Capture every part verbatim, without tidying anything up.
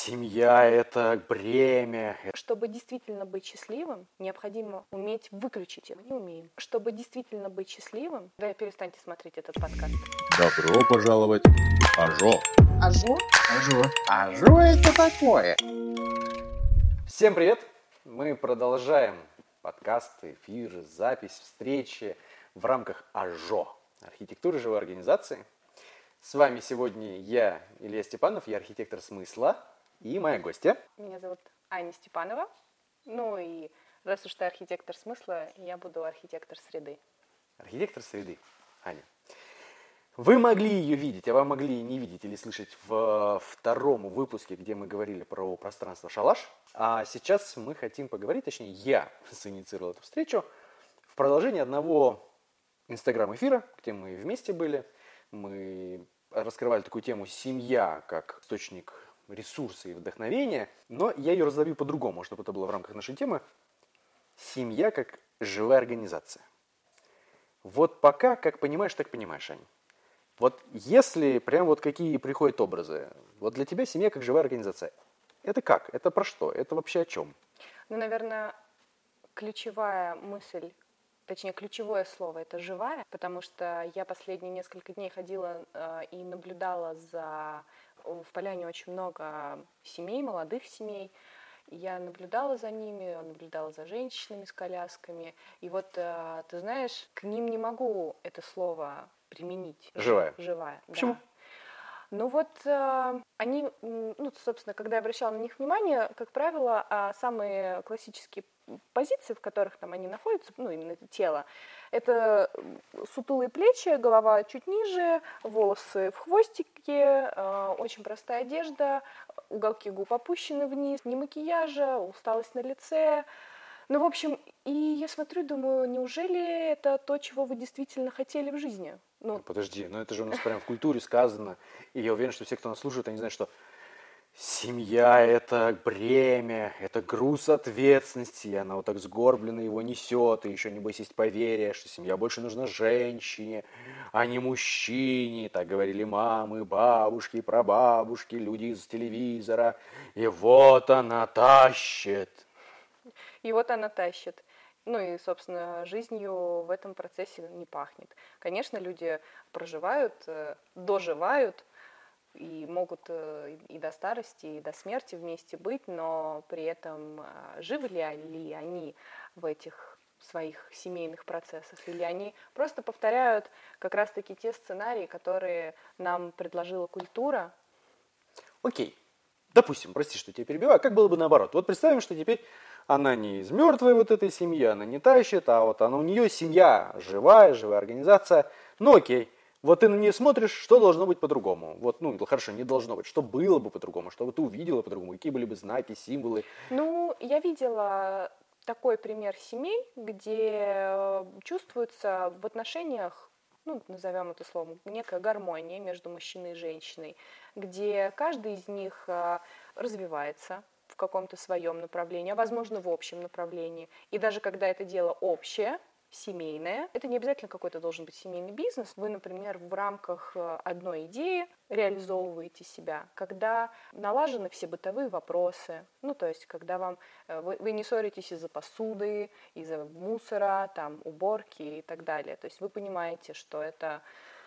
Семья – это бремя. Чтобы действительно быть счастливым, необходимо уметь выключить его. Мы не умеем. Чтобы действительно быть счастливым, да, перестаньте смотреть этот подкаст. Добро пожаловать в Ажо. Ажо? Ажо. Ажо это такое. Всем привет! Мы продолжаем подкасты, эфиры, запись, встречи в рамках Ажо, архитектуры живой организации. С вами сегодня я, Илья Степанов, я архитектор смысла, и моя гостья. Меня зовут Аня Степанова. Ну и раз уж ты архитектор смысла, я буду архитектор среды. Архитектор среды, Аня. Вы могли ее видеть, а вы могли не видеть или слышать в втором выпуске, где мы говорили про пространство «Шалаш». А сейчас мы хотим поговорить, точнее, я синициировал эту встречу в продолжении одного инстаграм-эфира, где мы вместе были. Мы раскрывали такую тему «Семья как источник ресурса и вдохновения», но я ее разовью по-другому, чтобы это было в рамках нашей темы. Семья как живая организация. Вот пока, как понимаешь, так понимаешь, Аня. Вот если прям вот какие приходят образы, вот для тебя семья как живая организация, это как? Это про что? Это вообще о чем? Ну, наверное, ключевая мысль, точнее, ключевое слово – это «живая», потому что я последние несколько дней ходила э, и наблюдала за… В Поляне очень много семей, молодых семей. Я наблюдала за ними, наблюдала за женщинами с колясками. И вот, э, ты знаешь, к ним не могу это слово применить. Живая. Живая, Почему? Да. Ну вот э, они, ну, собственно, когда я обращала на них внимание, как правило, а самые классические позиции, в которых там они находятся, ну, именно это тело, это сутулые плечи, голова чуть ниже, волосы в хвостике, э, очень простая одежда, уголки губ опущены вниз, ни макияжа, усталость на лице. Ну, в общем, и я смотрю, думаю, неужели это то, чего вы действительно хотели в жизни? Ну, Подожди, но это же у нас прям в культуре сказано, и я уверен, что все, кто нас слушает, они знают, что семья – это бремя, это груз ответственности, и она вот так сгорбленно его несет, и еще, небось, есть поверье, что семья больше нужна женщине, а не мужчине. Так говорили мамы, бабушки, прабабушки, люди из телевизора. И вот она тащит. И вот она тащит. Ну и, собственно, жизнью в этом процессе не пахнет. Конечно, люди проживают, доживают и могут и до старости, и до смерти вместе быть, но при этом живы ли они в этих своих семейных процессах, или они просто повторяют как раз-таки те сценарии, которые нам предложила культура. Окей, допустим, прости, что тебя перебиваю, как было бы наоборот? Вот представим, что теперь она не из мертвой вот этой семьи, она не тащит, а вот она, у нее семья живая, живая организация. Ну окей, вот ты на нее смотришь, что должно быть по-другому? Вот, ну хорошо, не должно быть, что было бы по-другому, что бы ты увидела по-другому, какие были бы знаки, символы? Ну, я видела такой пример семей, где чувствуется в отношениях, ну, назовем это словом, некая гармония между мужчиной и женщиной, где каждый из них развивается в каком-то своем направлении, а возможно в общем направлении. И даже когда это дело общее, семейное, это не обязательно какой-то должен быть семейный бизнес. Вы, например, в рамках одной идеи реализовываете себя, когда налажены все бытовые вопросы, ну, то есть, когда вам, вы, вы не ссоритесь из-за посуды, из-за мусора, там, уборки и так далее. То есть вы понимаете, что это...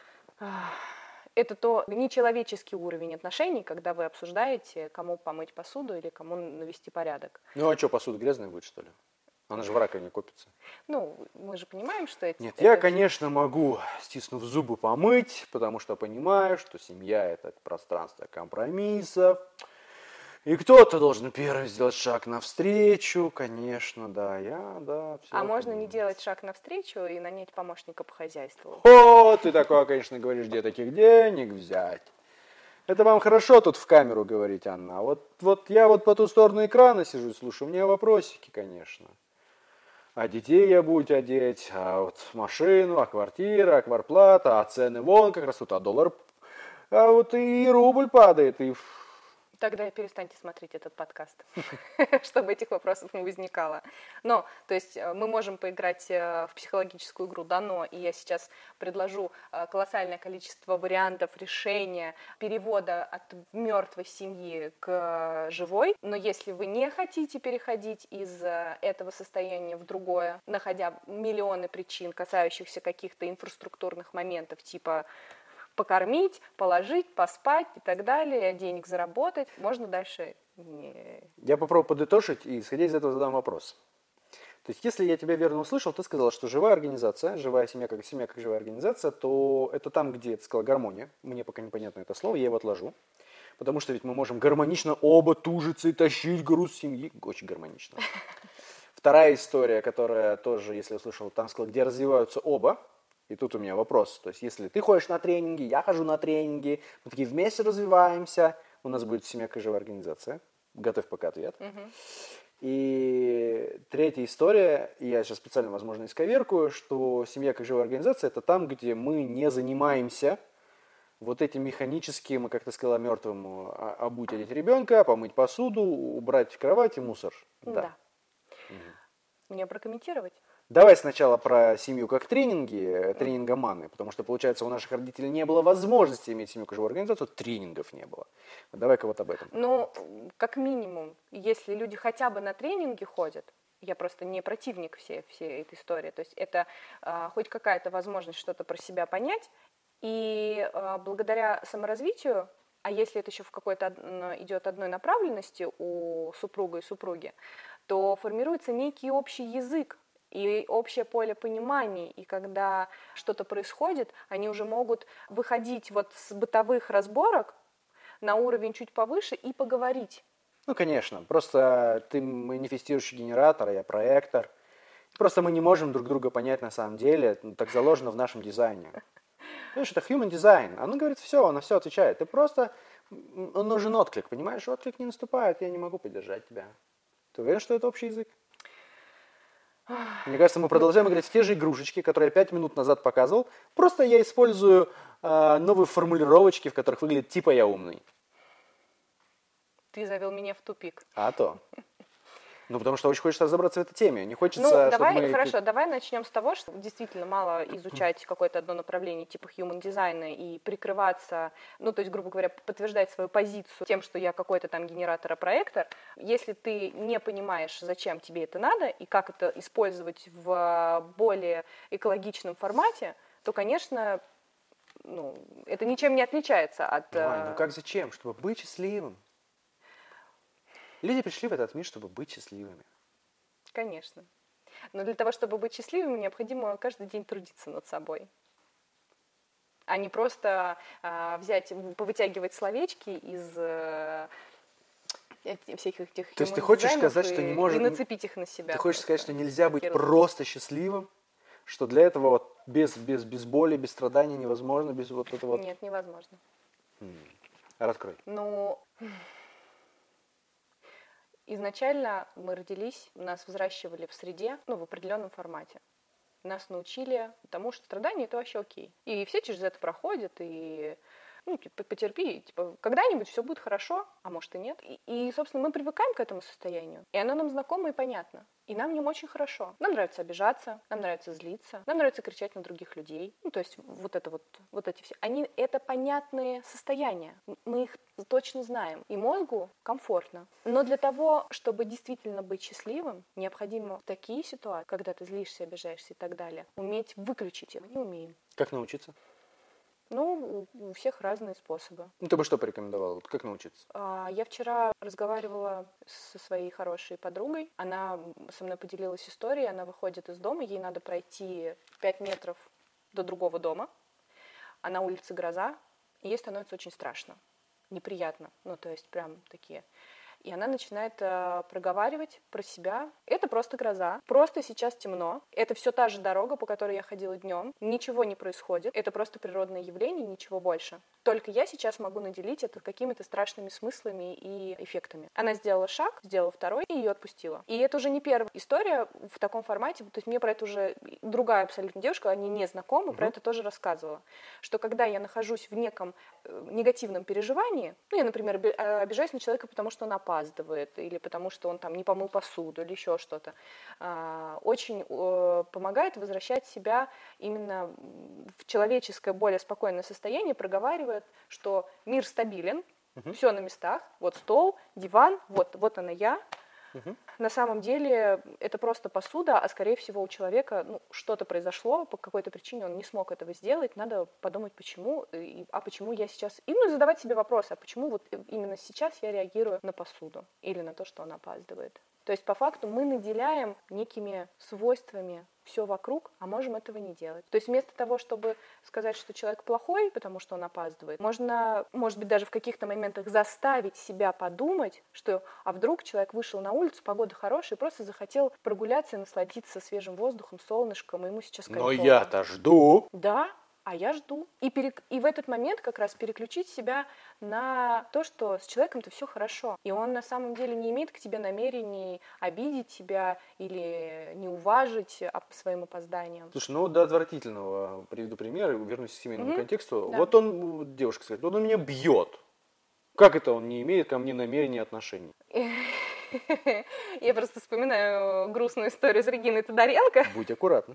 Это то нечеловеческий уровень отношений, когда вы обсуждаете, кому помыть посуду или кому навести порядок. Ну а что, посуда грязная будет, что ли? Она же в раковине копится. Ну, мы же понимаем, что это... Нет, это... я, конечно, могу, стиснув зубы, помыть, потому что понимаю, что семья – это пространство компромиссов. И кто-то должен первый сделать шаг навстречу, конечно, да, я, да. Все а можно понимаю. не делать шаг навстречу и нанять помощника по хозяйству? О, ты такое, конечно, говоришь, где таких денег взять? Это вам хорошо тут в камеру говорить, Анна. А вот, вот я вот по ту сторону экрана сижу и слушаю, у меня вопросики, конечно. А детей я буду одеть, а вот машину, а квартира, а квартплата, а цены вон как растут, а доллар, а вот и рубль падает, и... Тогда перестаньте смотреть этот подкаст, чтобы этих вопросов не возникало. Но, то есть мы можем поиграть в психологическую игру «да-но», и я сейчас предложу колоссальное количество вариантов решения перевода от мертвой семьи к живой. Но если вы не хотите переходить из этого состояния в другое, находя миллионы причин, касающихся каких-то инфраструктурных моментов, типа покормить, положить, поспать и так далее, денег заработать, можно дальше не... Я попробую подытожить и, исходя из этого, задам вопрос. То есть, если я тебя верно услышал, ты сказала, что живая организация, живая семья как семья как живая организация, то это там, где, ты сказала, гармония. Мне пока непонятно это слово, я его отложу. Потому что ведь мы можем гармонично оба тужиться и тащить груз семьи. Очень гармонично. Вторая история, которая тоже, если я услышал, там сказала, где развиваются оба. И тут у меня вопрос. То есть, если ты ходишь на тренинги, я хожу на тренинги, мы такие вместе развиваемся, у нас будет семья как живая организация. Готовь пока ответ. Угу. И третья история, я сейчас специально, возможно, исковеркую, что семья как живая организация – это там, где мы не занимаемся вот этим механическим, как ты сказала, мертвым, обуть одеть ребенка, помыть посуду, убрать кровать и мусор. Да. Да. Угу. Мне прокомментировать? Давай сначала про семью как тренинги, тренингоманы, потому что, получается, у наших родителей не было возможности иметь семью как живую организацию, тренингов не было. Давай-ка вот об этом. Ну, как минимум, если люди хотя бы на тренинги ходят, я просто не противник всей, всей этой истории, то есть это э, хоть какая-то возможность что-то про себя понять, и э, благодаря саморазвитию, а если это еще в какой-то идет одной направленности у супруга и супруги, то формируется некий общий язык, и общее поле пониманий, и когда что-то происходит, они уже могут выходить вот с бытовых разборок на уровень чуть повыше и поговорить. Ну, конечно, просто ты манифестирующий генератор, а я проектор. Просто мы не можем друг друга понять на самом деле, так заложено в нашем дизайне. Понимаешь, это human design, оно говорит все, оно все отвечает. Ты просто, он нужен отклик, понимаешь, отклик не наступает, я не могу поддержать тебя. Ты уверен, что это общий язык? Мне кажется, мы продолжаем играть в те же игрушечки, которые я пять минут назад показывал. Просто я использую э, новые формулировочки, в которых выглядит типа я умный. Ты завел меня в тупик. А то. Ну, потому что очень хочется разобраться в этой теме. Не хочется, ну, давай, чтобы мы... хорошо, давай начнем с того, что действительно мало изучать какое-то одно направление типа human design и прикрываться, ну, то есть, грубо говоря, подтверждать свою позицию тем, что я какой-то там генератор-проектор. Если ты не понимаешь, зачем тебе это надо и как это использовать в более экологичном формате, то, конечно, ну, это ничем не отличается от... Ой, ну как зачем? Чтобы быть счастливым. Люди пришли в этот мир, чтобы быть счастливыми. Конечно. Но для того, чтобы быть счастливыми, необходимо каждый день трудиться над собой. А не просто а, взять, повытягивать словечки из а, всех этих... То есть ты хочешь сказать, и, что не можешь... И нацепить их на себя. Ты хочешь просто. сказать, что нельзя быть Ерунда. просто счастливым? Что для этого вот без, без, без боли, без страданий невозможно, без вот этого... Вот... Нет, невозможно. М-м. Раскрой. Ну... Изначально мы родились, нас взращивали в среде, ну, в определенном формате. Нас научили тому, что страдание – это вообще окей. И все через это проходят, и, ну, типа, потерпи, типа, когда-нибудь все будет хорошо, а может и нет. И, и, собственно, мы привыкаем к этому состоянию, и оно нам знакомо и понятно. И нам в нем очень хорошо. Нам нравится обижаться, нам нравится злиться, нам нравится кричать на других людей. Ну, то есть вот это вот, вот эти все. Они, это понятные состояния. Мы их точно знаем. И мозгу комфортно. Но для того, чтобы действительно быть счастливым, необходимо в такие ситуации, когда ты злишься, обижаешься и так далее, уметь выключить это. Мы не умеем. Как научиться? Ну, у всех разные способы. Ну, ты бы что порекомендовала? Вот как научиться? Я вчера разговаривала со своей хорошей подругой. Она со мной поделилась историей. Она выходит из дома, ей надо пройти пять метров до другого дома. А на улице гроза, и ей становится очень страшно, неприятно. Ну, то есть прям такие. и она начинает э, проговаривать про себя. Это просто гроза, просто сейчас темно, это все та же дорога, по которой я ходила днем, ничего не происходит, это просто природное явление, ничего больше. Только я сейчас могу наделить это какими-то страшными смыслами и эффектами. Она сделала шаг, сделала второй и ее отпустила. И это уже не первая история в таком формате, то есть мне про это уже другая абсолютно девушка, они не знакомы, mm-hmm. про это тоже рассказывала, что когда я нахожусь в неком э, негативном переживании, ну, я, например, обижаюсь на человека, потому что он опаздывает, или потому что он там не помыл посуду, или еще что-то, э, очень э, помогает возвращать себя именно в человеческое, более спокойное состояние, проговаривает, что мир стабилен, uh-huh. все на местах, вот стол, диван, вот, вот она я. Uh-huh. На самом деле это просто посуда, а скорее всего у человека ну, что-то произошло, по какой-то причине он не смог этого сделать, надо подумать, почему, и, а почему я сейчас... И ну, задавать себе вопросы, а почему вот именно сейчас я реагирую на посуду или на то, что он опаздывает. То есть по факту мы наделяем некими свойствами все вокруг, а можем этого не делать. То есть вместо того, чтобы сказать, что человек плохой, потому что он опаздывает, можно, может быть, даже в каких-то моментах заставить себя подумать, что а вдруг человек вышел на улицу, погода хорошая, и просто захотел прогуляться и насладиться свежим воздухом, солнышком, и ему сейчас кайфово. Но я-то жду. Да. А я жду. И, перек... и в этот момент как раз переключить себя на то, что с человеком-то все хорошо. И он на самом деле не имеет к тебе намерений обидеть тебя или не уважить своим опозданием. Слушай, ну до отвратительного приведу пример, вернусь к семейному mm-hmm. контексту. Да. Вот он, девушка сказала, вот он меня бьет. Как это он не имеет ко мне намерений и отношений? Я просто вспоминаю грустную историю с Региной Тодоренко. Будь аккуратна.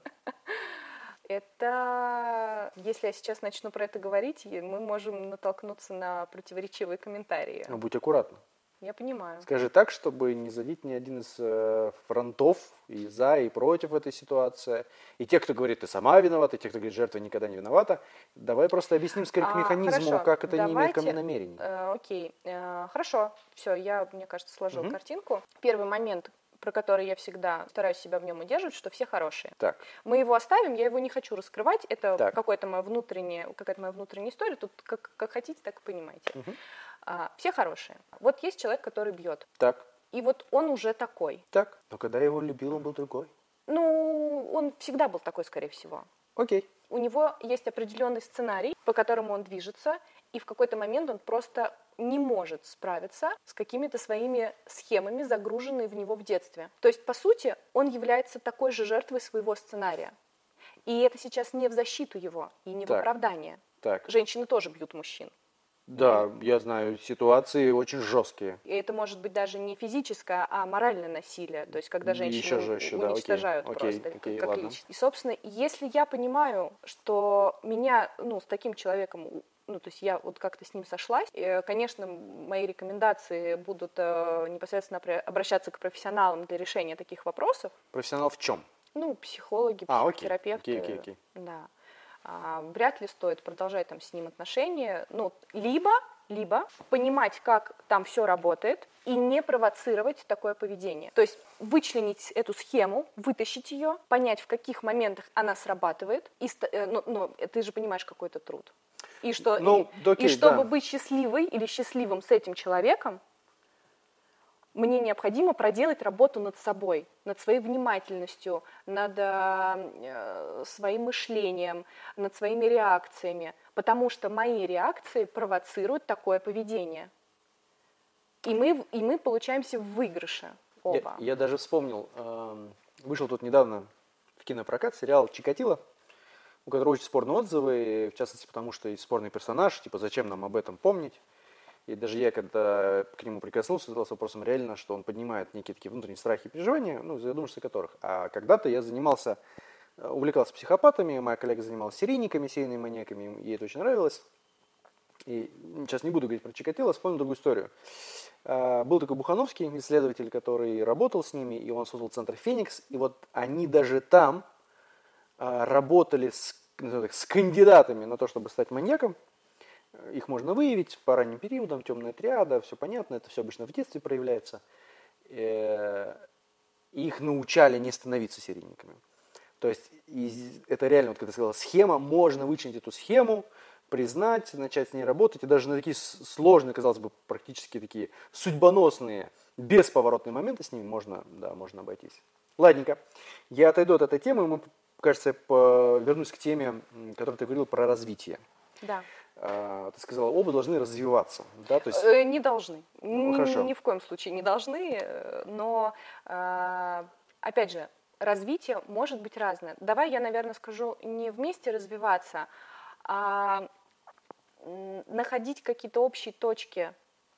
Это, если я сейчас начну про это говорить, мы можем натолкнуться на противоречивые комментарии. Ну, будь аккуратна. Я понимаю. Скажи так, чтобы не задеть ни один из э, фронтов и за, и против этой ситуации. И те, кто говорит, ты сама виновата, и те, кто говорит, жертва никогда не виновата. Давай просто объясним скорее к механизму, хорошо. как это Давайте, не имеет ко мне намерений. Э, окей, э, хорошо. Все, я, мне кажется, сложила угу. картинку. Первый момент, про который я всегда стараюсь себя в нем удерживать, что все хорошие. Так. Мы его оставим, я его не хочу раскрывать, это так. какое-то мое внутреннее, какая-то моя внутренняя история, тут как, как хотите, так и понимаете. Угу. А, все хорошие. Вот есть человек, который бьет. Так. И вот он уже такой. Так. Но когда я его любил, он был другой. Ну, он всегда был такой, скорее всего. Окей. У него есть определенный сценарий, по которому он движется, и в какой-то момент он просто не может справиться с какими-то своими схемами, загруженными в него в детстве. То есть, по сути, он является такой же жертвой своего сценария. И это сейчас не в защиту его, и не так. в оправдание. Так. Женщины тоже бьют мужчин. Да, я знаю, ситуации очень жесткие. И это может быть даже не физическое, а моральное насилие. То есть, когда женщины еще жестче, уничтожают да, окей, просто окей, окей, как ладно. личность. И, собственно, если я понимаю, что меня, ну, с таким человеком, ну, то есть я вот как-то с ним сошлась, и, конечно, мои рекомендации будут э, непосредственно обращаться к профессионалам для решения таких вопросов. Профессионал в чем? Ну, психологи, а, психотерапевты. Окей, окей, окей. Да. А, вряд ли стоит продолжать там с ним отношения. Ну, либо... либо понимать, как там все работает, и не провоцировать такое поведение. То есть вычленить эту схему, вытащить ее, понять, в каких моментах она срабатывает, и, ну, ну, ты же понимаешь, какой это труд. И, что, ну, и, окей, и чтобы да. быть счастливой или счастливым с этим человеком, мне необходимо проделать работу над собой, над своей внимательностью, над э, своим мышлением, над своими реакциями, потому что мои реакции провоцируют такое поведение. И мы, и мы получаемся в выигрыше оба. Я, я даже вспомнил, э, вышел тут недавно в кинопрокат сериал «Чикатило», у которого очень спорные отзывы, в частности потому, что и спорный персонаж, типа зачем нам об этом помнить. И даже я, когда к нему прикоснулся, задался вопросом реально, что он поднимает некие такие внутренние страхи и переживания, ну, задумаешься о которых. А когда-то я занимался, увлекался психопатами, моя коллега занималась серийниками, серийными маньяками, ей это очень нравилось. И сейчас не буду говорить про Чикатило, вспомню другую историю. Был такой Бухановский, исследователь, который работал с ними, и он создал центр «Феникс», и вот они даже там работали с, с кандидатами на то, чтобы стать маньяком. Их можно выявить по ранним периодам, темная триада, все понятно, это все обычно в детстве проявляется. Их научали не становиться серийниками. То есть это реально, вот когда ты сказала, схема, можно вычленить эту схему, признать, начать с ней работать, и даже на такие с- сложные, казалось бы, практически такие судьбоносные, бесповоротные моменты с ними можно, да, можно обойтись. Ладненько, я отойду от этой темы, мы, кажется, по- вернусь к теме, м, которую ты говорил про развитие. Да. А, Ты сказала, оба должны развиваться, да, то есть, Э, Не должны. Ну, Ни, хорошо. ни в коем случае не должны. э, Но, э, опять же, развитие может быть разное. Давай я, наверное, скажу не вместе развиваться, а м, находить какие-то общие точки.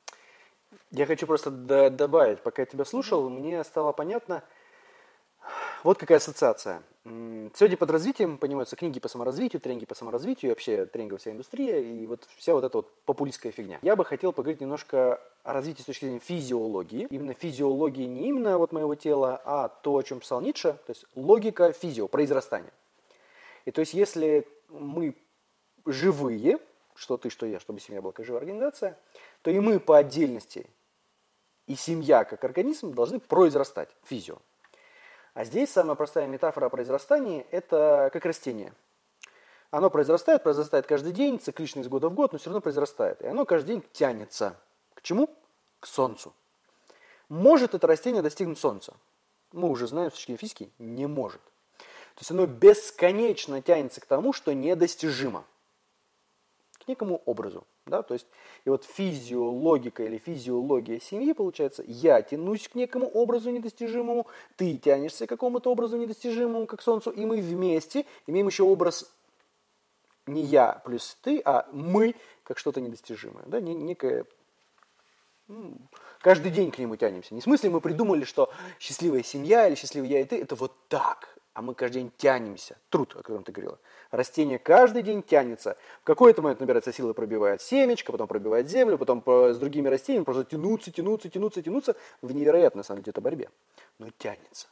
я хочу просто д- добавить, пока я тебя слушал, мне стало понятно, вот какая ассоциация. М, Сегодня под развитием понимаются книги по саморазвитию, тренинги по саморазвитию, и вообще тренинговая вся индустрия и вот вся вот эта вот популистская фигня. Я бы хотел поговорить немножко о развитии с точки зрения физиологии. Именно физиологии не именно вот моего тела, а то, о чем писал Ницше, то есть логика физио, произрастания. И то есть если мы живые, что ты, что я, чтобы семья была как живая организация, то и мы по отдельности, и семья как организм должны произрастать, физио. А здесь самая простая метафора о произрастании – это как растение. Оно произрастает, произрастает каждый день, циклично из года в год, но все равно произрастает. И оно каждый день тянется. К чему? К солнцу. Может это растение достигнуть солнца? Мы уже знаем с точки зрения физики, не может. То есть оно бесконечно тянется к тому, что недостижимо. К некому образу. Да? То есть, и вот физиологика или физиология семьи, получается, я тянусь к некому образу недостижимому, ты тянешься к какому-то образу недостижимому, как солнцу, и мы вместе имеем еще образ не я плюс ты, а мы как что-то недостижимое. Да? Не- некое... м, Каждый день к нему тянемся. Не в смысле мы придумали, что счастливая семья или счастливый я и ты, это вот так. А мы каждый день тянемся. Труд, о котором ты говорила. Растение каждый день тянется. В какой-то момент набирается сила, пробивает семечко, потом пробивает землю, потом по- с другими растениями просто тянуться, тянуться, тянуться, тянуться в невероятной, на самом деле, это борьбе. Но тянется.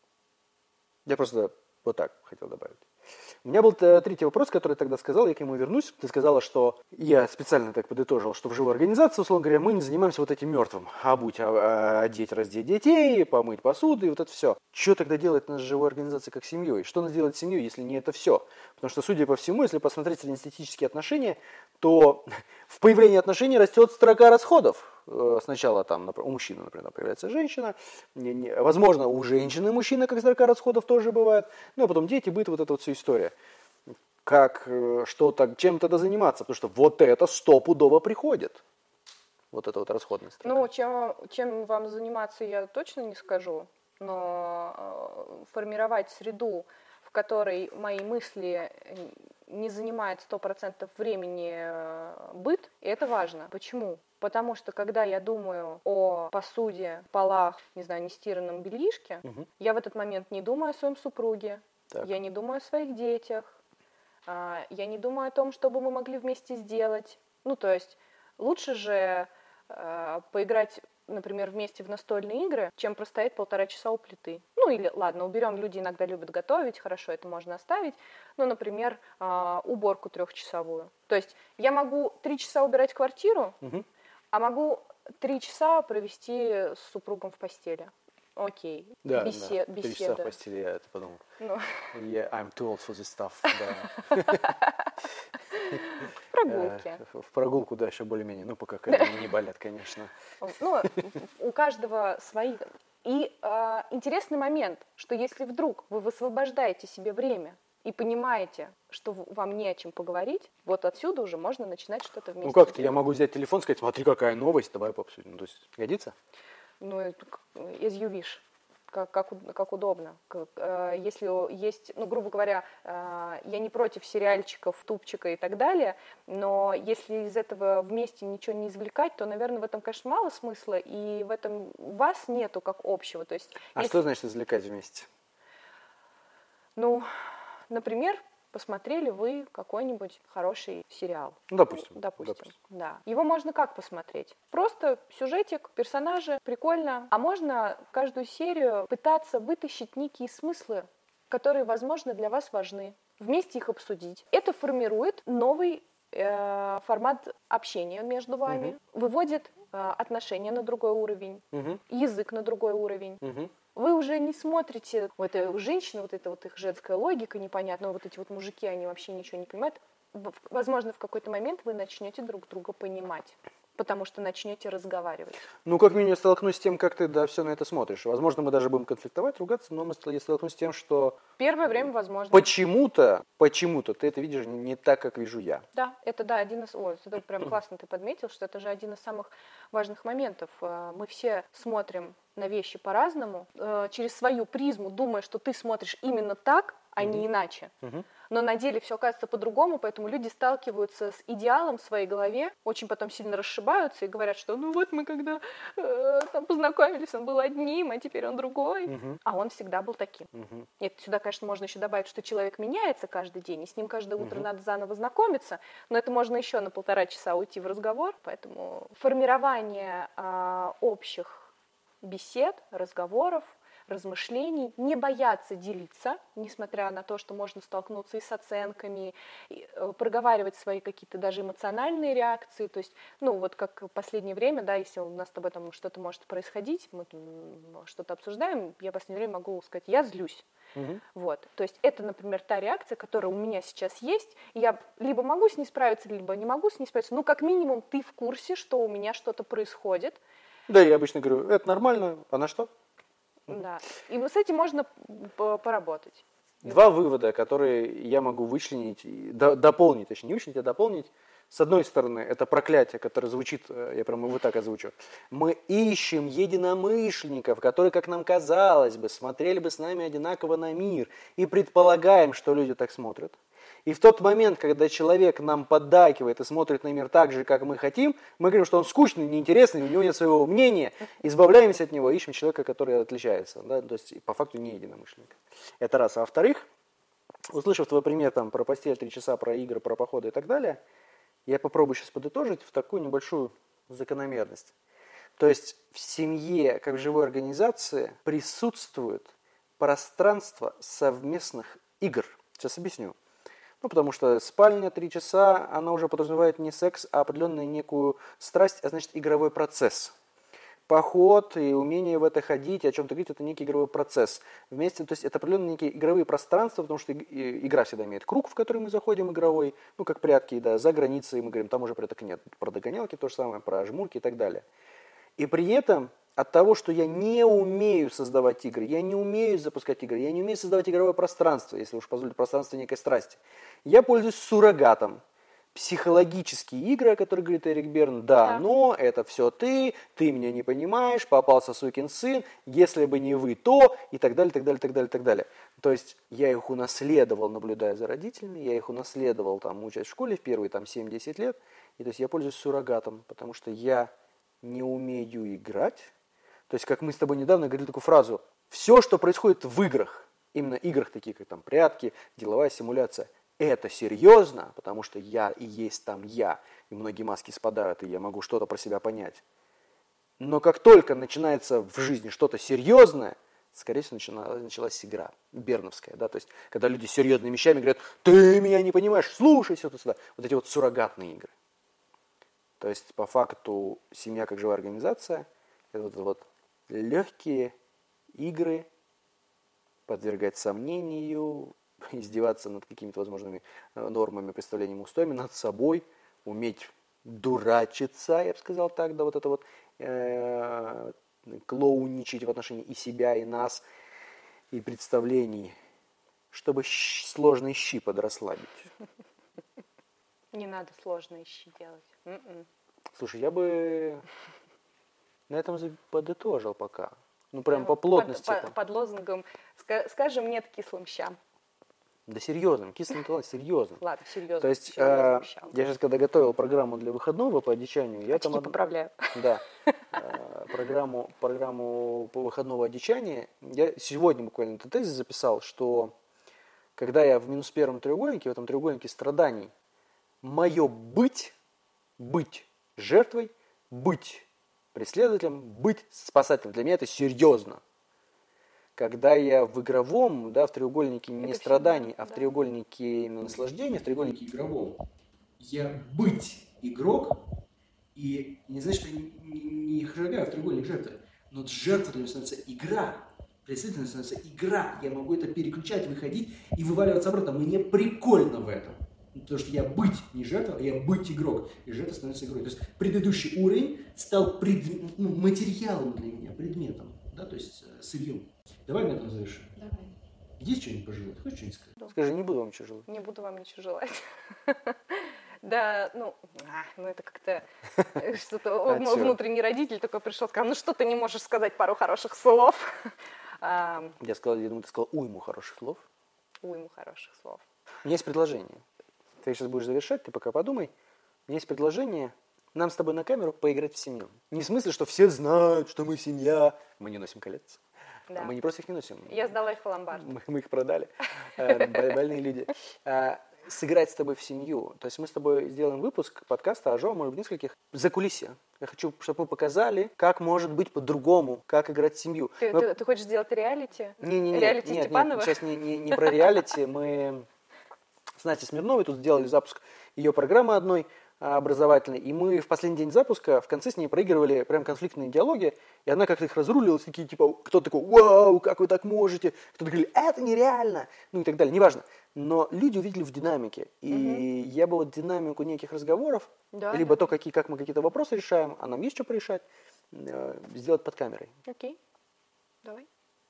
Я просто вот так хотел добавить. У меня был э, третий вопрос, который я тогда сказал, я к нему вернусь. Ты сказала, что я специально так подытожил, что в живой организации, условно говоря, мы не занимаемся вот этим мертвым. Обуть, а- а- одеть, раздеть детей, помыть посуду и вот это все. Что тогда делает наша живая организация как семьей? Что нас делает семьей, если не это все? Потому что, судя по всему, если посмотреть среднестатистические отношения, то в появлении отношений растет строка расходов. Э, Сначала там напр- у мужчины, например, появляется женщина, не- не- возможно, у женщины и мужчины как строка расходов тоже бывает, ну а потом дети, быт, вот эта вот вся история. Как э, что-то, чем тогда заниматься, потому что вот это стопудово приходит. Вот это вот расходная строка. Ну, чем, чем вам заниматься, я точно не скажу, но э, формировать среду, в которой мои мысли э, не занимают сто процентов времени э, быт, и это важно. Почему? Потому что, когда я думаю о посуде, полах, не знаю, нестиранном бельишке, Мгм. я в этот момент не думаю о своем супруге, Так. я не думаю о своих детях, а, я не думаю о том, что бы мы могли вместе сделать. Ну, то есть лучше же э, поиграть, например, вместе в настольные игры, чем простоять полтора часа у плиты. Ну, или, ладно, уберем, люди иногда любят готовить, хорошо, это можно оставить. Ну, например, э, уборку трехчасовую. То есть я могу три часа убирать квартиру, Мгм. а могу три часа провести с супругом в постели. Окей, Да, Бесе- да. Три часа в беседа. постели, я это подумал. Ну, Yeah, I'm too old for this stuff. Да. прогулки. Э, В в прогулку, да, еще более-менее. Ну, пока колени не болят, конечно. Ну, у каждого свои. И э, интересный момент, что если вдруг вы высвобождаете себе время и понимаете, что в- вам не о чем поговорить, вот отсюда уже можно начинать что-то вместе Ну как-то я делать. могу взять телефон и сказать, смотри, какая новость, давай пообсудим. Ну, то есть годится? Ну, это к- as you wish. Как, как, уд- как удобно. Как, э, если о- есть, ну, грубо говоря, э, я не против сериальчиков, тупчика и так далее, но если из этого вместе ничего не извлекать, то, наверное, в этом, конечно, мало смысла, и в этом у вас нету как общего. То есть, А если- что значит извлекать вместе? ну, например, посмотрели вы какой-нибудь хороший сериал. Ну, допустим. Ну, допустим, допустим. да. Его можно как посмотреть? Просто сюжетик, персонажи, прикольно. А можно каждую серию пытаться вытащить некие смыслы, которые, возможно, для вас важны. Вместе их обсудить. Это формирует новый э, формат общения между вами, выводит э, отношения на другой уровень, Мгм. язык на другой уровень. Мгм. Вы уже не смотрите, вот это у женщин, вот эта вот их женская логика непонятная, вот эти вот мужики, они вообще ничего не понимают. в- возможно, в какой-то момент вы начнете друг друга понимать, потому что начнете разговаривать. Ну, как минимум, я столкнусь с тем, как ты да, все на это смотришь. Возможно, мы даже будем конфликтовать, ругаться, но мы стол- я столкнусь с тем, что Первое время, возможно. почему-то, почему-то ты это видишь не не так, как вижу я. Да, это да, один из... Ой, это прям классно ты подметил, что это же один из самых важных моментов. Э, Мы все смотрим на вещи по-разному, э, через свою призму, думая, что ты смотришь именно так, а не иначе. Мгм. Но на деле все оказывается по-другому, поэтому люди сталкиваются с идеалом в своей голове, очень потом сильно расшибаются и говорят, что ну вот мы когда э, там познакомились, он был одним, а теперь он другой, Мгм. а он всегда был таким. Мгм. Нет, сюда, конечно, можно еще добавить, что человек меняется каждый день, и с ним каждое утро Мгм. надо заново знакомиться, но это можно еще на полтора часа уйти в разговор, поэтому формирование а, общих бесед, разговоров, размышлений, не бояться делиться, несмотря на то, что можно столкнуться и с оценками, и, э, проговаривать свои какие-то даже эмоциональные реакции, то есть, ну, вот как в последнее время, да, если у нас с тобой там что-то может происходить, мы там что-то обсуждаем, я в последнее время могу сказать, я злюсь. Мгм. Вот. То есть это, например, та реакция, которая у меня сейчас есть. И я либо могу с ней справиться, либо не могу с ней справиться. Ну, как минимум, ты в курсе, что у меня что-то происходит. Да, я обычно говорю, это нормально, а на что? Да. И вот с этим можно п- поработать. Два вывода, которые я могу вычленить, и до- дополнить, точнее, не вычленить, а дополнить. С одной стороны, это проклятие, которое звучит, э, я прямо его так озвучу. Мы ищем единомышленников, которые, как нам казалось бы, смотрели бы с нами одинаково на мир, и предполагаем, что люди так смотрят. И в тот момент, когда человек нам поддакивает и смотрит на мир так же, как мы хотим, мы говорим, что он скучный, неинтересный, у него нет своего мнения, избавляемся от него, ищем человека, который отличается. Да? То есть, по факту, не единомышленник. Это раз. А во-вторых, услышав твой пример там, про постель, три часа, про игры, про походы и так далее, я попробую сейчас подытожить в такую небольшую закономерность. То есть в семье, как в живой организации, присутствует пространство совместных игр. Сейчас объясню. Ну, потому что спальня три часа, она уже подразумевает не секс, а определенную некую страсть, а значит игровой процесс. Поход и умение в это ходить, о чем-то говорить, это некий игровой процесс. Вместе, то есть это определенные некие игровые пространства, потому что игра всегда имеет круг, в который мы заходим, игровой, ну, как прятки, да, за границей мы говорим, там уже пряток нет, про догонялки то же самое, про жмурки и так далее. И при этом от того, что я не умею создавать игры, я не умею запускать игры, я не умею создавать игровое пространство, если уж позволить пространство некой страсти, я пользуюсь суррогатом. Психологические игры, о которых говорит Эрик Берн, да, Да. но это все ты, ты меня не понимаешь, попался сукин сын, если бы не вы, то, и так далее, так далее, так далее, так далее. То есть я их унаследовал, наблюдая за родителями, я их унаследовал, там, учась в школе в первые там, семь-десять лет, и то есть я пользуюсь суррогатом, потому что я не умею играть. То есть, как мы с тобой недавно говорили такую фразу, все, что происходит в играх, именно играх таких, как там прятки, деловая симуляция, это серьезно, потому что я и есть там я, и многие маски спадают, и я могу что-то про себя понять. Но как только начинается в жизни что-то серьезное, скорее всего, начала, началась игра берновская, да, то есть, когда люди с серьезными вещами говорят, ты меня не понимаешь, слушай сюда, сюда, вот эти вот суррогатные игры. То есть, по факту, семья как живая организация, это вот, вот легкие игры, подвергать сомнению, издеваться над какими-то возможными нормами, представлениями, устоями, над собой, уметь дурачиться, я бы сказал так, да, вот это вот э, клоуничать в отношении и себя, и нас, и представлений, чтобы щ- сложные щи подрасслабить. Не надо сложные щи делать. М-м. Слушай, я бы на этом за- подытожил пока. Ну, прям по Под- плотности. под, там. под лозунгом «Ска- «Скажем нет кислым щам». Да серьезно, кислый интеллект, серьезно. Ладно, серьезно. То есть, серьезно э, щам. я сейчас, когда готовил программу для выходного по одичанию, я Очки там... од- поправляю. Да, э, программу, программу по выходного одичания, я сегодня буквально этот тезис записал, что когда я в минус первом треугольнике, в этом треугольнике страданий, мое быть, быть жертвой, быть преследователем, быть спасателем, для меня это серьезно. Когда я в игровом, да, в треугольнике не Это страданий, всегда, а в да. треугольнике именно наслаждения, в треугольнике игровом, я быть игрок, и не значит, что я не, не, не шагаю в треугольник жертвы, но жертва для меня становится игра, преследователем становится игра, я могу это переключать, выходить и вываливаться обратно, мне прикольно в этом. Потому что я быть не жертва, а я быть игрок. И жертва становится игрой. То есть предыдущий уровень стал пред... ну, материалом для меня, предметом. Да, то есть э, сырьем. Давай на этом завершим. Давай. Есть что-нибудь пожелать? Хочешь что-нибудь сказать? Скажи, не буду вам ничего желать. Не буду вам ничего желать. Да, ну, а, ну это как-то э, что-то А мой чё? внутренний родитель такой пришел, сказал, ну что ты не можешь сказать пару хороших слов? А, Я сказал, я думаю, ты сказал уйму хороших слов. Уйму хороших слов. У меня есть предложение. Ты сейчас будешь завершать, ты пока подумай. У меня есть предложение нам с тобой на камеру поиграть в семью. Не в смысле, что все знают, что мы семья. Мы не носим колец. Да. Мы не просто их не носим. Я сдала их в ломбард. Мы, мы их продали. Э, Больные люди. А, Сыграть с тобой в семью. То есть мы с тобой сделаем выпуск подкаста Ажо, может быть, нескольких, за кулисье. Я хочу, чтобы вы показали, как может быть по-другому, как играть в семью. Ты, Мы- ты- ты хочешь сделать реалити? Не, не, не, Реалити нет, Степанова? нет, сейчас не, не, не про реалити. Мы с Настей Смирновой тут сделали запуск ее программы одной а, образовательной, и мы в последний день запуска в конце с ней проигрывали прям конфликтные диалоги, и она как-то их разрулила, такие типа, кто-то такой, вау, как вы так можете, кто-то говорит, это нереально, ну и так далее, неважно. Но люди увидели в динамике, и я был динамику неких разговоров, Да, либо да. то, какие, как мы какие-то вопросы решаем, а нам есть что порешать, э, сделать под камерой. Окей, давай.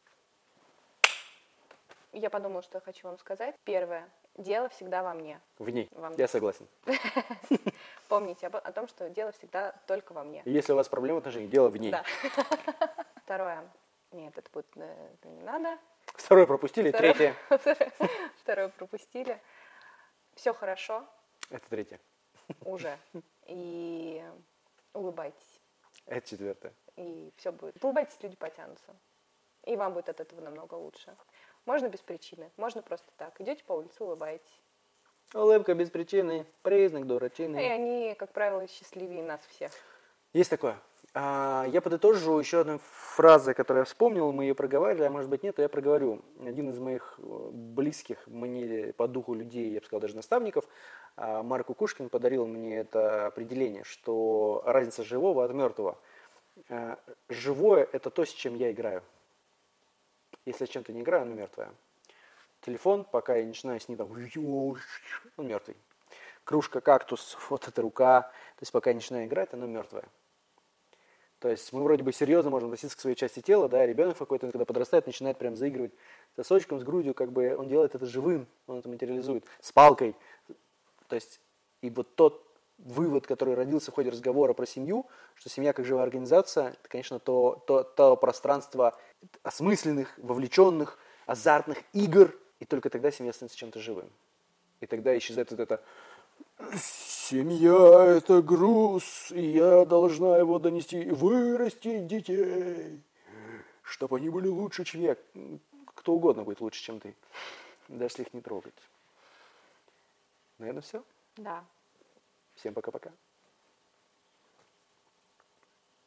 Я подумала, что я хочу вам сказать. Первое. Дело всегда во мне. В ней. Вам- Я согласен. Помните об- о том, что дело всегда только во мне. Если у вас проблемы в отношениях, дело в ней. Да. Второе. Нет, это будет э, это не надо. Второе пропустили, Второе. третье. Второе пропустили. Все хорошо Это третье. уже. И улыбайтесь. Это четвертое. И все будет. Улыбайтесь, люди потянутся. И вам будет от этого намного лучше. Можно без причины, можно просто так. Идете по улице, улыбаетесь. Улыбка без причины, признак И дурачины. они, как правило, счастливее нас всех. Есть такое. А, я подытожу еще одной фразой, которую я вспомнил, мы ее проговаривали, а может быть нет, то я проговорю. Один из моих э, близких мне по духу людей, я бы сказал, даже наставников, а, Марк Кукушкин подарил мне это определение, что разница живого от мертвого. А, Живое – это то, с чем я играю. Если я с чем-то не играю, оно мертвое. Телефон, пока я не начинаю с ним там, он мертвый. Кружка, кактус, вот эта рука. То есть пока я не начинаю играть, оно мертвое. То есть мы вроде бы серьезно можем относиться к своей части тела, да, ребенок какой-то, когда подрастает, начинает прям заигрывать сосочком, с грудью, как бы он делает это живым, он это материализует, с палкой. То есть и вот тот вывод, который родился в ходе разговора про семью, что семья как живая организация, это, конечно, то, то, то пространство осмысленных, вовлеченных, азартных игр, и только тогда семья становится чем-то живым. И тогда исчезает вот это «семья – это груз, и я должна его донести и вырастить детей, чтобы они были лучше, чем я». Кто угодно будет лучше, чем ты, даже если их не трогать. Наверное, все. Да. Всем пока-пока.